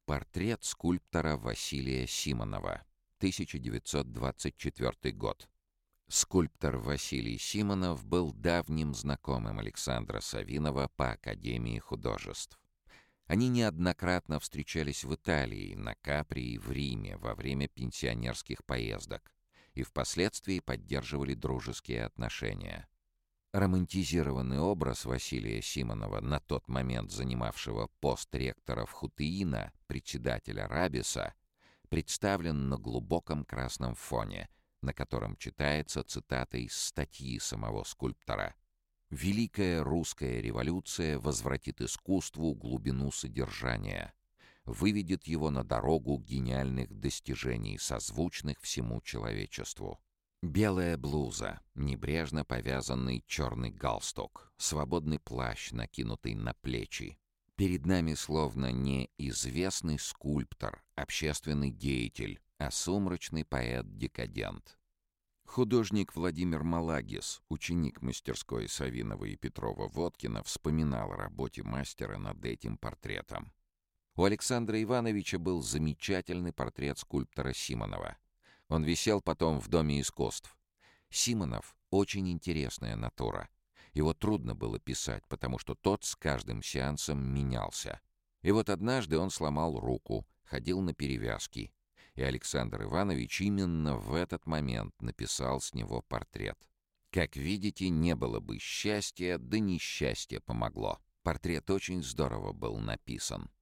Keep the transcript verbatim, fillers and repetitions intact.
Портрет скульптора Василия Симонова. тысяча девятьсот двадцать четвёртый год. Скульптор Василий Симонов был давним знакомым Александра Савинова по Академии художеств. Они неоднократно встречались в Италии, на Капри и в Риме во время пенсионерских поездок и впоследствии поддерживали дружеские отношения. Романтизированный образ Василия Симонова, на тот момент занимавшего пост ректора Вхутеина, председателя Рабиса, представлен на глубоком красном фоне, на котором читается цитата из статьи самого скульптора: «Великая русская революция возвратит искусству глубину содержания, выведет его на дорогу гениальных достижений, созвучных всему человечеству». Белая блуза, небрежно повязанный черный галстук, свободный плащ, накинутый на плечи. Перед нами словно не известный скульптор, общественный деятель, а сумрачный поэт-декадент. Художник Владимир Малагис, ученик мастерской Савинова и Петрова-Водкина, вспоминал о работе мастера над этим портретом. У Александра Ивановича был замечательный портрет скульптора Симонова. Он висел потом в Доме искусств. Симонов — очень интересная натура. Его трудно было писать, потому что тот с каждым сеансом менялся. И вот однажды он сломал руку, ходил на перевязки. И Александр Иванович именно в этот момент написал с него портрет. Как видите, не было бы счастья, да несчастье помогло. Портрет очень здорово был написан.